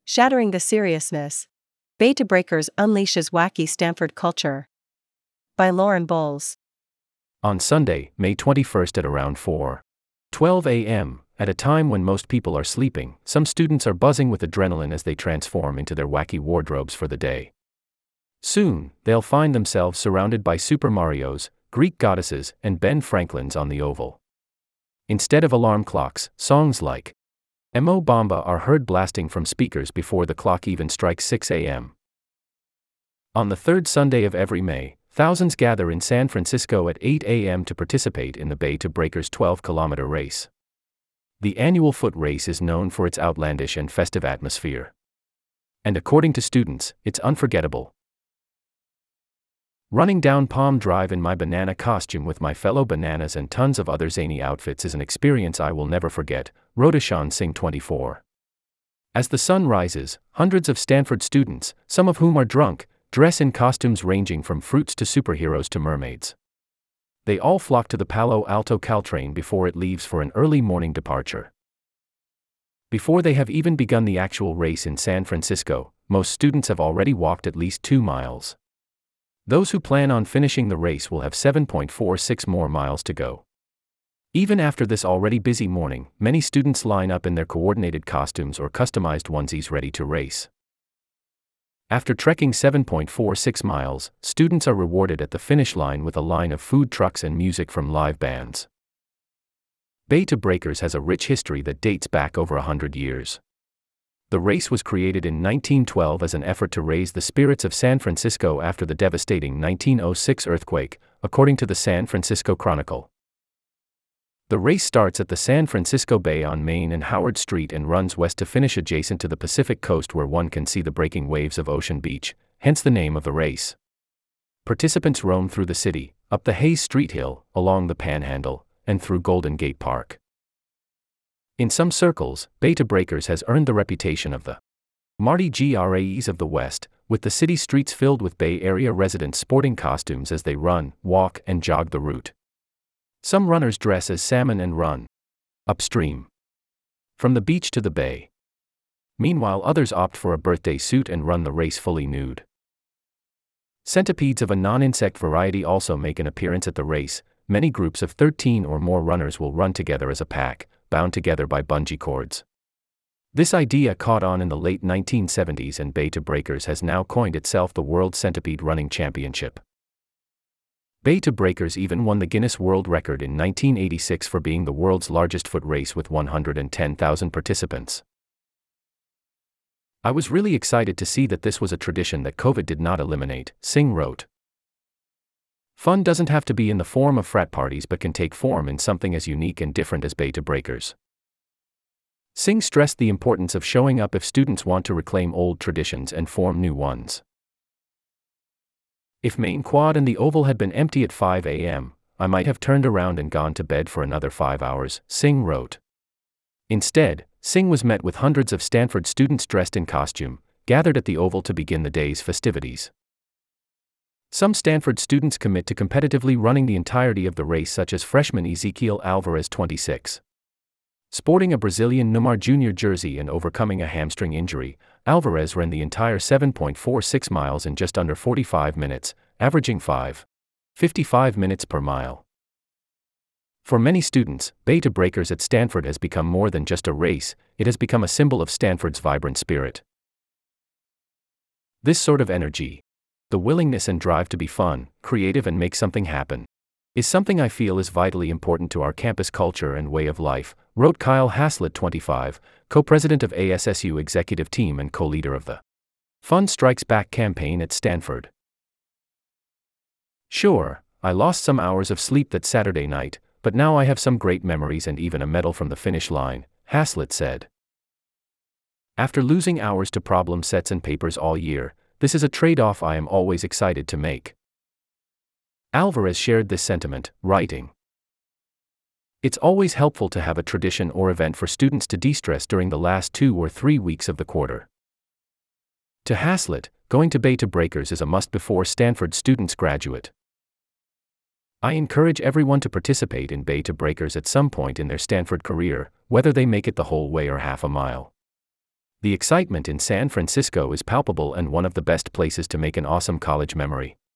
Shattering the seriousness. Bay to Breakers unleashes wacky Stanford culture. By Lauren Bowles. On Sunday, May 21st at around 4:12 a.m., at a time when most people are sleeping, some students are buzzing with adrenaline as they transform into their wacky wardrobes for the day. Soon, they'll find themselves surrounded by Super Marios, Greek goddesses, and Ben Franklins on the Oval. Instead of alarm clocks, songs like Mo Bamba are heard blasting from speakers before the clock even strikes 6 a.m. On the third Sunday of every May, thousands gather in San Francisco at 8 a.m. to participate in the Bay to Breakers 12-kilometer race. The annual foot race is known for its outlandish and festive atmosphere. And according to students, it's unforgettable. Running down Palm Drive in my banana costume with my fellow bananas and tons of other zany outfits is an experience I will never forget, wrote Ishan Singh 24. As the sun rises, hundreds of Stanford students, some of whom are drunk, dress in costumes ranging from fruits to superheroes to mermaids. They all flock to the Palo Alto Caltrain before it leaves for an early morning departure. Before they have even begun the actual race in San Francisco, most students have already walked at least 2 miles. Those who plan on finishing the race will have 7.46 more miles to go. Even after this already busy morning, many students line up in their coordinated costumes or customized onesies ready to race. After trekking 7.46 miles, students are rewarded at the finish line with a line of food trucks and music from live bands. Bay to Breakers has a rich history that dates back over 100 years. The race was created in 1912 as an effort to raise the spirits of San Francisco after the devastating 1906 earthquake, according to the San Francisco Chronicle. The race starts at the San Francisco Bay on Main and Howard Street and runs west to finish adjacent to the Pacific coast where one can see the breaking waves of Ocean Beach, hence the name of the race. Participants roam through the city, up the Hayes Street Hill, along the Panhandle, and through Golden Gate Park. In some circles, Bay to Breakers has earned the reputation of the Mardi Gras of the West, with the city streets filled with Bay Area residents sporting costumes as they run, walk, and jog the route. Some runners dress as salmon and run upstream from the beach to the bay. Meanwhile, others opt for a birthday suit and run the race fully nude. Centipedes of a non-insect variety also make an appearance at the race. Many groups of 13 or more runners will run together as a pack, bound together by bungee cords. This idea caught on in the late 1970s, and Bay to Breakers has now coined itself the World Centipede Running Championship. Bay to Breakers even won the Guinness World Record in 1986 for being the world's largest foot race with 110,000 participants. I was really excited to see that this was a tradition that COVID did not eliminate, Singh wrote. Fun doesn't have to be in the form of frat parties but can take form in something as unique and different as Bay to Breakers. Singh stressed the importance of showing up if students want to reclaim old traditions and form new ones. If Main Quad and the Oval had been empty at 5 a.m., I might have turned around and gone to bed for another 5 hours, Singh wrote. Instead, Singh was met with hundreds of Stanford students dressed in costume, gathered at the Oval to begin the day's festivities. Some Stanford students commit to competitively running the entirety of the race, such as freshman Ezequiel Alvarez 26. Sporting a Brazilian Neymar Jr. jersey and overcoming a hamstring injury, Alvarez ran the entire 7.46 miles in just under 45 minutes, averaging 5:55 minutes per mile. For many students, Bay to Breakers at Stanford has become more than just a race, it has become a symbol of Stanford's vibrant spirit. This sort of energy, the willingness and drive to be fun, creative and make something happen, is something I feel is vitally important to our campus culture and way of life, wrote Kyle Haslett 25, co-president of ASSU executive team and co-leader of the Fun Strikes Back campaign at Stanford. Sure, I lost some hours of sleep that Saturday night, but now I have some great memories and even a medal from the finish line, Haslett said. After losing hours to problem sets and papers all year, this is a trade-off I am always excited to make. Alvarez shared this sentiment, writing, "It's always helpful to have a tradition or event for students to de-stress during the last 2 or 3 weeks of the quarter." To Haslett, going to Bay to Breakers is a must before Stanford students graduate. I encourage everyone to participate in Bay to Breakers at some point in their Stanford career, whether they make it the whole way or half a mile. The excitement in San Francisco is palpable and one of the best places to make an awesome college memory.